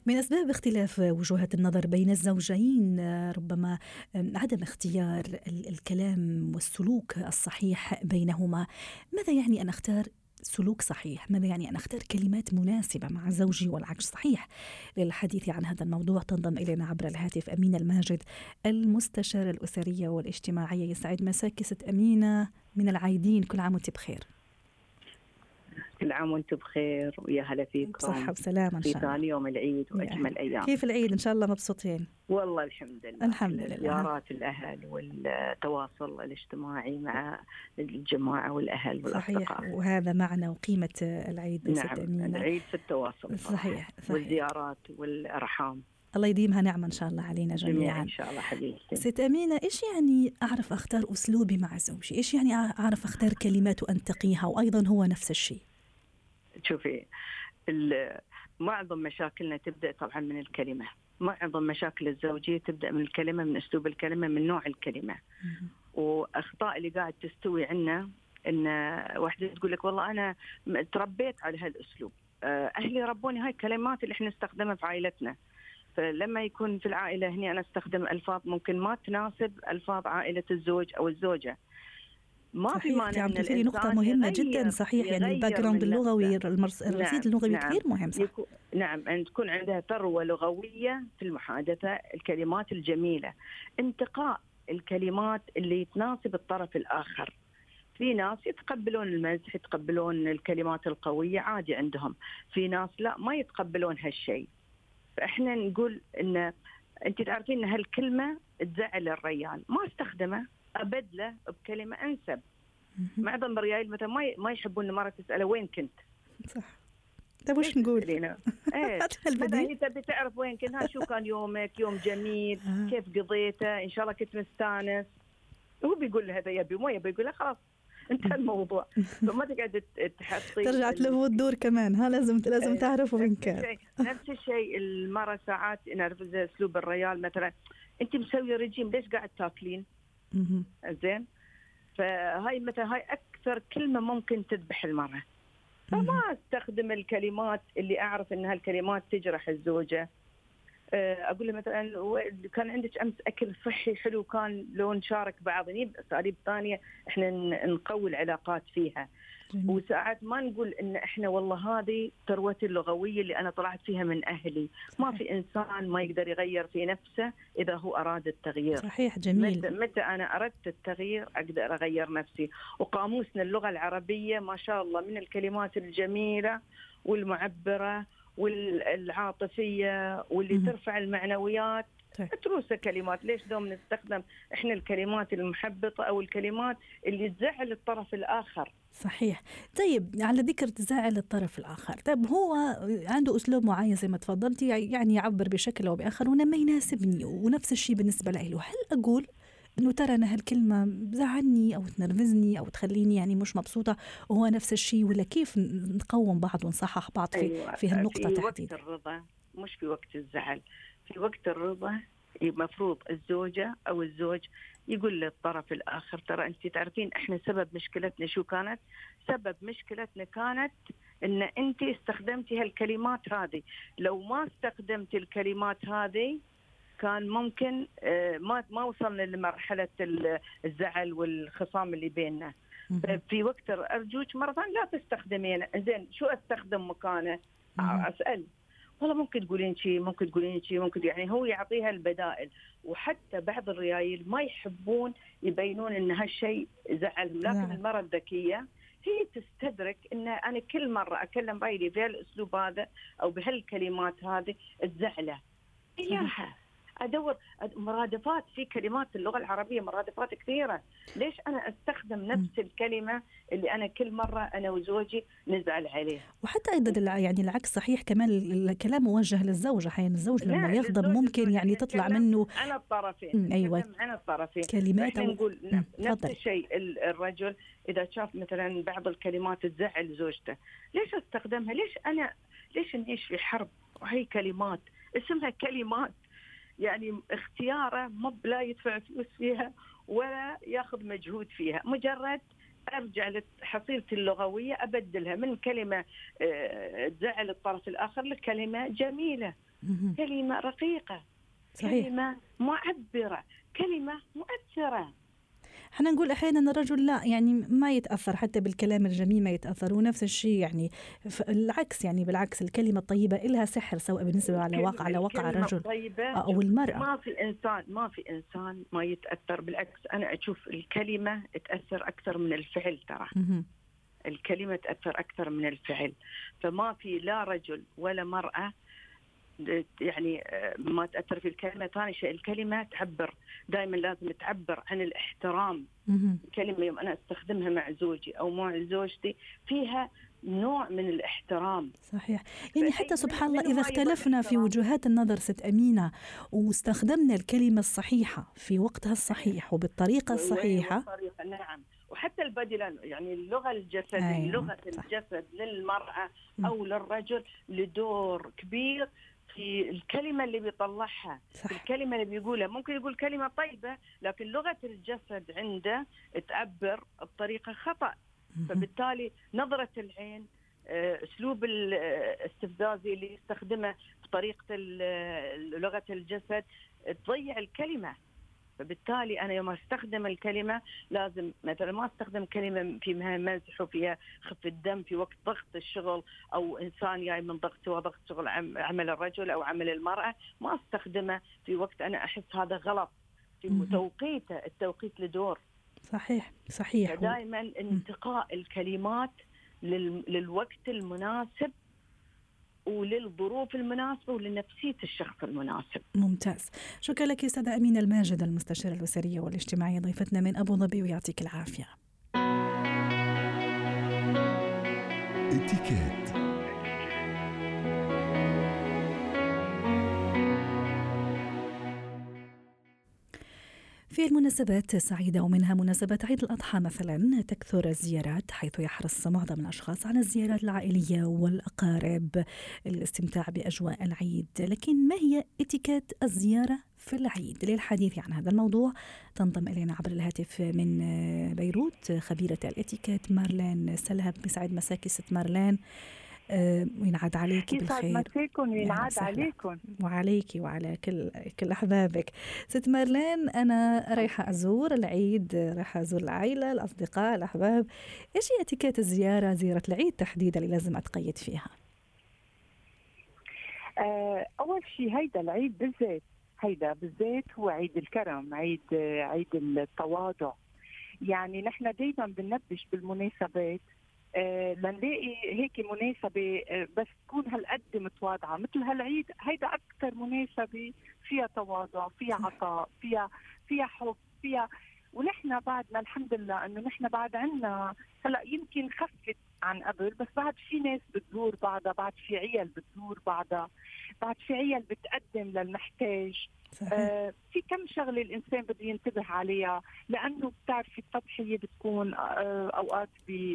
من أسباب اختلاف وجهات النظر بين الزوجين ربما عدم اختيار الكلام والسلوك الصحيح بينهما. ماذا يعني أن أختار سلوك صحيح؟ ماذا يعني أن أختار كلمات مناسبة مع زوجي والعكس صحيح؟ للحديث عن هذا الموضوع تنضم إلينا عبر الهاتف أمينة الماجد، المستشارة الأسرية والاجتماعية. يسعد مساك ست أمينة من العايدين، كل عام وانت بخير. كل عام وانتم بخير ويا هلا فيكم بصحة وسلامة إن شاء الله. في ثاني يوم العيد وأجمل أيام. كيف العيد؟ إن شاء الله مبسوطين؟ والله الحمد لله. الحمد لله. زيارات الأهل والتواصل الاجتماعي مع الجماعة والأهل والأصدقاء. صحيح، وهذا معنى وقيمة العيد. نعم، العيد في التواصل. صحيح. والزيارات والأرحام. الله يديمها نعمة إن شاء الله علينا جميعا إن شاء الله حبيبتي. ست أمينة، إيش يعني أعرف أختار أسلوبي مع زوجي؟ إيش يعني أعرف أختار كلمات وأنتقيها وأيضا هو نفس الشيء؟ شوفي، معظم مشاكلنا تبدأ طبعا من الكلمة. معظم مشاكل الزوجية تبدأ من الكلمة، من أسلوب الكلمة، من نوع الكلمة. وأخطاء اللي قاعد تستوي عنا إن واحدة تقول لك والله أنا تربيت على هالأسلوب، أهلي ربوني هاي الكلمات اللي إحنا نستخدمها في عائلتنا. فلما يكون في العائلة هنا أنا استخدم ألفاظ ممكن ما تناسب ألفاظ عائلة الزوج أو الزوجة. ما في مانع. عم تثيري نقطة مهمة جدا. صحيح، يعني الباك جراوند اللغوي، الرصيد اللغوي كثير مهم. صح؟ نعم، أن تكون عندها ثروة لغوية في المحادثة، الكلمات الجميلة، انتقاء الكلمات اللي تناسب الطرف الآخر. في ناس يتقبلون المزح، يتقبلون الكلمات القوية عادي عندهم. في ناس لا، ما يتقبلون هالشيء. فإحنا نقول إن أنت تعرفين إن هالكلمة تزعل الرجال، ما استخدمه، أبدله بكلمة أنسب. معظم الرجال مثلا ما يحبون المرأة تسأله وين كنت. صح. طيب وش نقول؟ مثلا أنت بتعرف وين كنت، ها شو كان يومك، يوم جميل، كيف قضيته، إن شاء الله كنت مستانس. هو بيقول له هذا يبي مو يبي، يقول له خلاص انتهى الموضوع. فما تقعد تحطي ترجع تلف الدور كمان. ها لازم تعرفوا وين كان. نفس الشيء المرأة ساعات نعرف اسلوب الرجال، مثلا انت مسوي رجيم ليش قاعد تاكلين؟ زين. فهاي مثلا هاي اكثر كلمة ممكن تذبح المرأة. فما استخدم الكلمات اللي اعرف ان هالكلمات تجرح الزوجة. اقول له مثلا كان عندك امس اكل صحي حلو، كان لو نشارك بعض، نجيب اساليب ثانيه احنا نقوي العلاقات فيها. وساعات ما نقول ان احنا والله هذه ثروتي اللغويه اللي انا طلعت فيها من اهلي. ما في انسان ما يقدر يغير في نفسه اذا هو اراد التغيير. صحيح، جميل. متى انا اردت التغيير اقدر اغير نفسي. وقاموسنا اللغه العربيه ما شاء الله من الكلمات الجميله والمعبره والعاطفية واللي ترفع المعنويات. تروسة كلمات. ليش دوم نستخدم إحنا الكلمات المحبطة أو الكلمات اللي تزعل الطرف الآخر؟ صحيح. طيب، على ذكر تزعل الطرف الآخر، طيب هو عنده أسلوب معين زي ما تفضلتي، يعني يعبر بشكل أو بآخر وأنا ما يناسبني، ونفس الشيء بالنسبة له. هل أقول إنه ترى أنا هالكلمة بزعلني أو تنرفزني أو تخليني يعني مش مبسوطة، وهو نفس الشيء، ولا كيف نقوم بعض ونصحح بعض في هالنقطة تحديدا؟ في وقت الرضا، مش في وقت الزعل. في وقت الرضا المفروض الزوجة أو الزوج يقول للطرف الآخر ترى أنت تعرفين إحنا سبب مشكلتنا شو كانت؟ سبب مشكلتنا كانت إن أنت استخدمتي هالكلمات هذه. لو ما استخدمتي الكلمات هذه كان ممكن ما وصلنا لمرحلة الزعل والخصام اللي بيننا. في وقت أرجوك مرة ثانية لا تستخدمين. زين، شو أستخدم مكانه؟ أسأل. والله ممكن تقولين شيء، ممكن تقولين شيء، ممكن يعني هو يعطيها البدائل. وحتى بعض الرجال ما يحبون يبينون إن هالشيء زعلهم، لكن المرأة الذكية هي تستدرك إن أنا كل مرة أكلم رجلي بهالأسلوب هذا أو بهالكلمات هذه تزعله. إياها أدور مرادفات في كلمات اللغة العربية، مرادفات كثيرة. ليش أنا أستخدم نفس الكلمة اللي أنا كل مرة أنا وزوجي نزعل عليه؟ وحتى أيضا يعني العكس صحيح كمان، الكلام موجه للزوج. أحيانا الزوج لما يغضب ممكن يعني تطلع منه عن الطرفين. أيوة، عن الطرفين كلمات. نقول نفس الشيء. الرجل إذا شاف مثلا بعض الكلمات تزعل زوجته، ليش أستخدمها؟ ليش نعيش في حرب وهي كلمات اسمها كلمات؟ يعني اختياره لا يدفع فلوس فيها ولا ياخذ مجهود فيها، مجرد أرجع لحصيلتي اللغوية أبدلها من كلمة تزعل الطرف الآخر لكلمة جميلة. كلمة رقيقة، صحيح. كلمة معبرة، كلمة مؤثرة. احنا نقول احيانا الرجل لا يعني ما يتاثر حتى بالكلام الجميل، ما يتاثر، ونفس الشيء يعني العكس، يعني بالعكس الكلمه الطيبه لها سحر، سواء بالنسبه على واقع الرجل او المراه. ما في انسان ما يتاثر، بالعكس انا اشوف الكلمه تاثر اكثر من الفعل. ترى الكلمه تاثر اكثر من الفعل، فما في لا رجل ولا مراه يعني ما تأثر في الكلمة. ثاني شيء الكلمة تعبر، دائما لازم تعبر عن الاحترام. الكلمة يوم أنا استخدمها مع زوجي أو مع زوجتي فيها نوع من الاحترام. صحيح. يعني حتى سبحان الله إذا اختلفنا في وجهات النظر ست أمينة واستخدمنا الكلمة الصحيحة في وقتها الصحيح وبالطريقة الصحيحة. نعم. وحتى البادي يعني اللغة الجسد، أيوة. لغة الجسد للمرأة أو للرجل لدور كبير في الكلمة اللي بيطلعها، الكلمة اللي بيقولها. ممكن يقول كلمة طيبة لكن لغة الجسد عنده تعبر بطريقة خطأ، فبالتالي نظرة العين، أسلوب الاستفزازي اللي يستخدمه بطريقة لغة الجسد تضيع الكلمة. فبالتالي أنا يوم أستخدم الكلمة لازم مثلا ما أستخدم كلمة فيها مزح وفيها خف الدم في وقت ضغط الشغل، أو إنسان جاي من ضغط وضغط شغل عمل الرجل أو عمل المرأة، ما أستخدمه في وقت أنا أحس هذا غلط في توقيته. التوقيت لدور. صحيح. دائما انتقاء الكلمات للوقت المناسب وللظروف المناسبة ولنفسية الشخص المناسب. ممتاز. شكرا لك أستاذة أمينة الماجد، المستشارة الأسرية والاجتماعية، ضيفتنا من أبو ظبي، ويعطيك العافية. في المناسبات السعيدة ومنها مناسبة عيد الأضحى مثلا تكثر الزيارات، حيث يحرص معظم الأشخاص على الزيارات العائلية والأقارب الاستمتاع بأجواء العيد. لكن ما هي اتيكيت الزيارة في العيد؟ للحديث عن هذا الموضوع تنضم إلينا عبر الهاتف من بيروت خبيرة الاتيكيت مارلين سلهب. بسعد مساكي ست مارلين، وينعاد عليك بالخير. وينعاد عليكم وعليكي وعلى كل أحبابك. ست مارلين، أنا رايحة أزور العيد، رايحة أزور العائلة، الأصدقاء، الأحباب. إيش هي اتيكيت الزيارة، زيارة العيد تحديدا، اللي لازم أتقيد فيها؟ أول شيء هيدا العيد بالذات هو عيد الكرم، عيد التواضع. يعني نحن دايما بننبش بالمناسبات لنلاقي هيك مناسبة بس تكون هالقد متواضعة مثل هالعيد. هيدا أكثر مناسبة فيها تواضع، فيها عطاء، فيها حب، فيها. ونحن بعدنا الحمد لله إنه نحن بعد عنا هلا يمكن خفت عن قبل، بس بعد في ناس بتزور بعضها، بعد في عيال بتزور بعضها، بعد في عيال بتقدم للمحتاج. في كم شغله الانسان بده ينتبه عليها، لانه بتعرفي التضحيه بتكون اوقات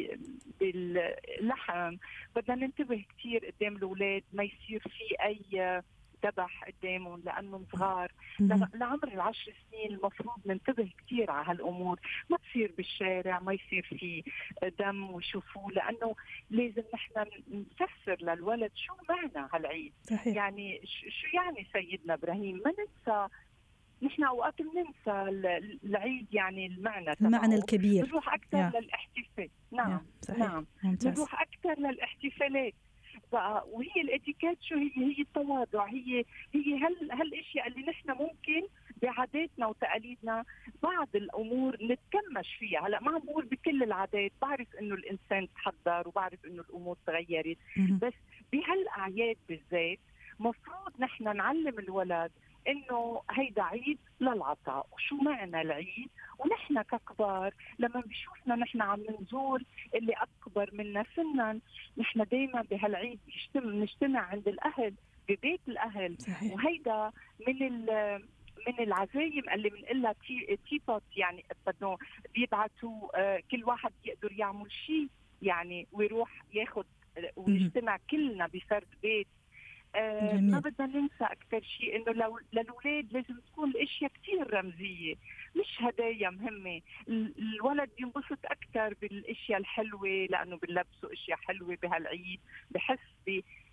باللحم. بدنا ننتبه كثير قدام الاولاد، ما يصير في اي ذبح قدامهم لانهم صغار. لعمر 10 سنين المفروض ننتبه كثير على هالامور، ما تصير بالشارع، ما يصير في دم ويشوفوه، لانه لازم نحن نفسر للولد شو معنى هالعيد. صحيح. يعني شو يعني سيدنا ابراهيم. ما ننسى، نحن اوقات بننسى العيد، يعني المعنى الكبير. نروح اكثر للاحتفال. نعم نروح اكثر للاحتفالات بقى. وهي الاتيكيت شو هي التواضع. هي هالاشياء اللي نحن ممكن بعاداتنا وتقاليدنا بعض الامور نتكمش فيها. هلا ما عم بقول بكل العادات، بعرف انه الانسان تحضر وبعرف انه الامور تغيرت، بس بهالاعياد بالذات مفروض نحن نعلم الولد انه هيدا عيد للعطاء. وشو معنى العيد؟ ونحن ككبار لما بيشوفنا نحن عم نزور اللي اكبر منا سنا، نحن دائما بهالعيد نجتمع عند الاهل ببيت الاهل. صحيح. وهيدا من العزايم اللي بنقلها تيبوت، يعني بدهم بيبعتوا كل واحد يقدر يعمل شيء يعني ويروح ياخذ ونجتمع كلنا بفرد بيت. ما بدنا ننسى أكثر شيء إنه للأولاد لازم تكون الأشياء كتير رمزية، مش هدايا مهمة. الولد ينبسط أكثر بالأشياء الحلوة لأنه بنلبسوا أشياء حلوة بهالعيد، بحس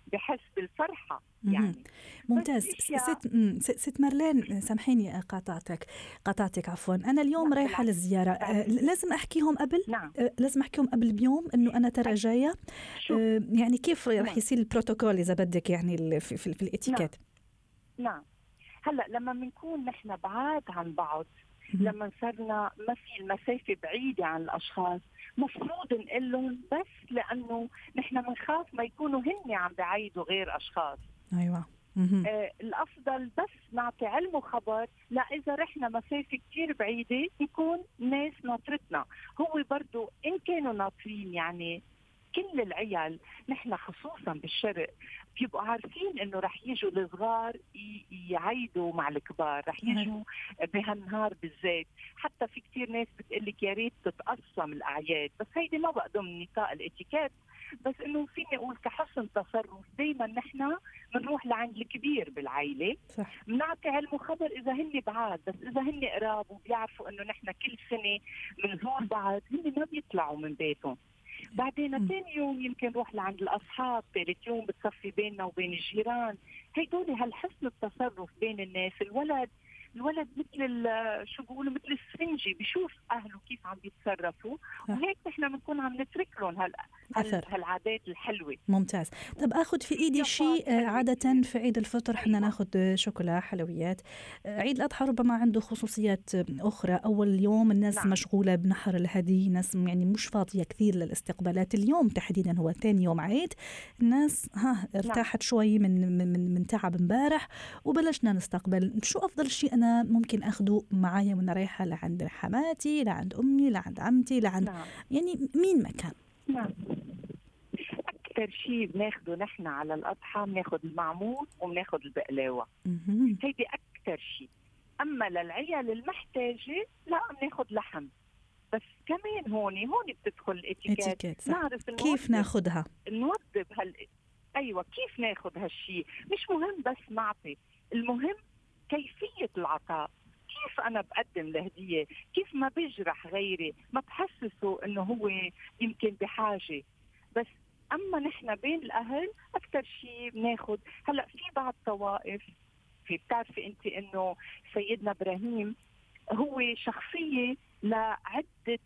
بحس بالفرحة يعني. ممتاز. ست مارلين، سامحيني قاطعتك عفوا. أنا اليوم رايحة للزيارة، لازم أحكيهم قبل؟ نعم. لازم أحكيهم قبل بيوم إنه أنا ترى جاية. يعني كيف رح يصير البروتوكول إذا بدك يعني في الاتيكيت؟ نعم. هلأ لما بنكون نحن بعاد عن بعض، لما صرنا ما في المسافة بعيدة عن الأشخاص، مفروض نقول لهم، بس لأنه نحن بنخاف ما يكونوا هن عم بعيدوا غير أشخاص. أيوة. الأفضل بس نعطي علم وخبر، لا إذا رحنا مسافة كتير بعيدة يكون ناس ناطرتنا. هو برضو إن كانوا ناطرين، يعني كل العيال نحن خصوصا بالشرق بيبقوا عارفين انه رح يجوا الصغار يعيدوا مع الكبار، رح يجوا بهالنهار بالذات. حتى في كتير ناس بتقلك يا ريت تتقسم الاعياد، بس هيدي ما بقى ضمن نطاق الاتيكيت، بس انه فيني اقول كحسن تصرف دايما نحن بنروح لعند الكبير بالعائله، بنعطي علم وخبر اذا هن بعاد، بس اذا هن قراب وبيعرفوا انه نحن كل سنه بنزور بعض، هن ما بيطلعوا من بيتهم. بعدين ثاني يوم يمكن نروح لعند الأصحاب، ثالث يوم بتصفي بيننا وبين الجيران. هيدول هالحسن التصرف بين الناس. الولد مثل شو بيقولوا مثل السفنجي، بيشوف أهله كيف عم بيتصرفوا، وهيك نحن بنكون عم نترك لهم هالعادات الحلوة. ممتاز. طب أخذ في إيدي شيء عادة في عيد الفطر حنا ناخذ شوكولا حلويات. عيد الأضحى ربما عنده خصوصيات أخرى. أول يوم الناس مشغولة بنحر الهدي، ناس يعني مش فاضية كثير للاستقبالات. اليوم تحديدا هو ثاني يوم عيد، الناس ارتاحت شوي من تعب امبارح وبلشنا نستقبل. شو أفضل شيء أنا ممكن أخده معايا وأنا رايحة لعند حماتي، لعند أمي، لعند عمتي، لعند يعني مين ما كان؟ أكثر شيء بناخده نحن على الأضحى بناخد المعمول وبناخد البقلاوة. هيدي أكثر شيء. أما للعيال المحتاجة لا بناخد لحم. بس كمان هون بتدخل الاتيكيت. نعرف كيف ناخدها، نوضب أيوة كيف ناخد هالشيء. مش مهم بس نعطي، المهم كيفية العطاء. كيف أنا بقدم الهدية، كيف ما بجرح غيري، ما بحسسه إنه هو يمكن بحاجة. بس أما نحن بين الأهل أكثر شيء بناخد. هلأ في بعض طوائف، بتعرفي أنت إنه سيدنا إبراهيم هو شخصية لعدة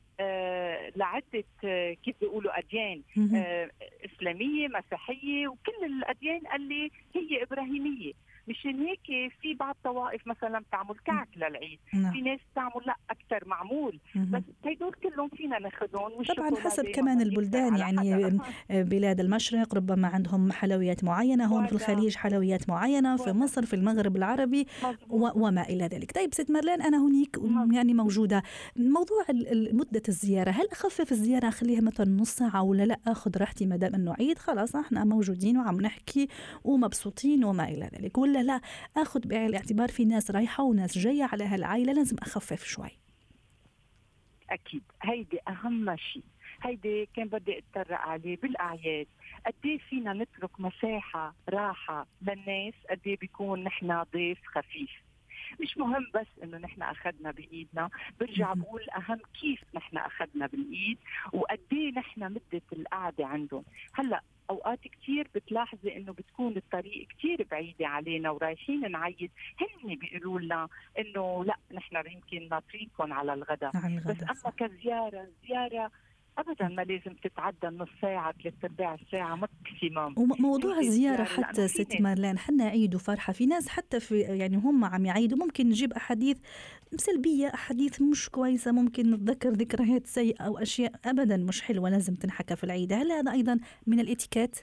كيف بيقولوا أديان، إسلامية، مسيحية، وكل الأديان اللي هي إبراهيمية. مشان هيك في بعض طوائف مثلا بتعمل كعك للعيد، في ناس بتعمل لا اكثر معمول، بس هيدول كلهم فينا ناخذهم. طبعا حسب كمان البلدان، يعني بلاد المشرق ربما عندهم حلويات معينه، هون في الخليج حلويات معينه، في مصر، في المغرب العربي وما الى ذلك. طيب ست مارلين، انا هنيك يعني موجوده. موضوع مده الزياره، هل اخفف الزياره اخليها مثلا نص ساعه ولا لا اخذ راحتي ما دام انه عيد خلاص احنا موجودين وعم نحكي ومبسوطين وما الى ذلك، ولا لا اخذ بعين الاعتبار في ناس رايحه وناس جايه على هالعائله لازم اخفف شوي؟ اكيد هيدي اهم شيء. هيدي كان بدي اتطرق عليه بالاعياد. قد ايه فينا نترك مساحه راحه للناس، قد ايه بيكون نحن ضيف خفيف. مش مهم بس انه نحن اخذنا بايدنا، برجع بقول اهم كيف نحن اخذنا بالايد وقد ايه نحن مده القعده عندهم. هلا اوقات كتير بتلاحظي انه بتكون الطريق كتير بعيده علينا ورايحين نعيد، هن بيقولوا لنا انه لا نحن يمكن ناطرينكم على الغداء. بس اما كزياره، زياره ابدا ما لازم تتعدى نص ساعه، 3/4 ساعه ماكسيموم. وموضوع الزياره حتى ست مارلين، حنا عيد وفرحه، في ناس حتى في يعني هم عم يعيدوا ممكن نجيب احاديث سلبيه، احاديث مش كويسه، ممكن نتذكر ذكريات سيئه او اشياء ابدا مش حلوه لازم تنحكى في العيد. هل هذا ايضا من الاتيكيت؟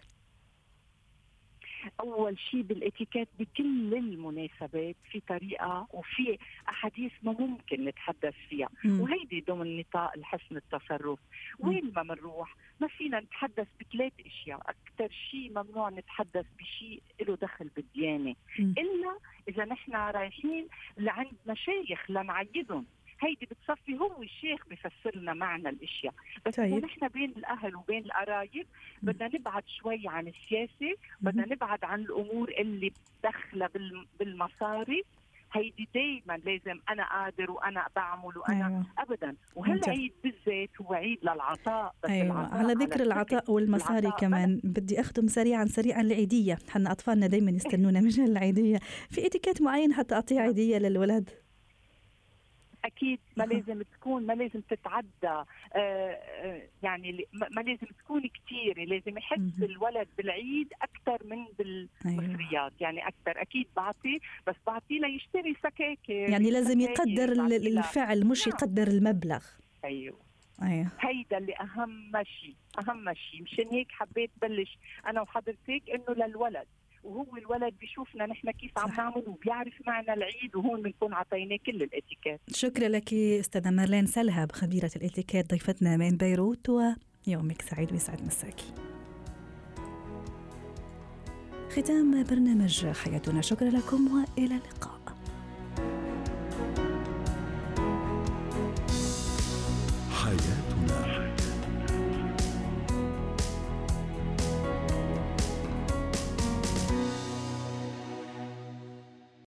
أول شيء بالإتيكيت بكل المناسبات في طريقة وفي أحاديث ما ممكن نتحدث فيها، وهيدي ضمن نطاق الحسن التصرف. وين ما منروح ما فينا نتحدث بثلاث أشياء. أكثر شيء ممنوع نتحدث بشيء له دخل بالديانة، إلا إذا نحن رايحين لعند مشايخ لنعيدهم. هيدي بتصفي هو الشيخ بيفسر لنا معنى الاشياء. بس طيب. نحن بين الاهل وبين القرايب بدنا نبعد شوي عن السياسه، بدنا نبعد عن الامور اللي داخله بالمصاري. هيدي دايما لازم أنا قادر وأنا بعمل وأنا أيوة. أبدا. وهالعيد بالذات هو عيد للعطاء. بس أيوة. العطاء على ذكر العطاء والمصاري كمان بدي أخدم سريعا العيدية. حنا أطفالنا دايما يستنونا من العيدية، في اتيكيت معين حتى أعطي عيدية للولد؟ أكيد ما لازم تتعدى، يعني ما لازم تكون كتير، لازم يحس الولد بالعيد أكثر من بالمصريات. يعني أكثر أكيد بعطي، بس بعطي له يشتري سكاكر، يعني لازم يقدر الفعل مش يقدر المبلغ. أيوه هيدا اللي أهم شيء. مشان هيك حبيت بلش أنا وحضرتك إنه للولد، وهو الولد بيشوفنا نحن كيف عم نعمل وبيعرف معنا العيد، وهون بنكون عطيناه كل الاتيكيت. شكرا لك أستاذة مارلين سلهب، خبيرة الاتيكيت، ضيفتنا من بيروت، ويومك سعيد ويسعد مساكي. ختام برنامج حياتنا، شكرا لكم وإلى اللقاء. حياتنا.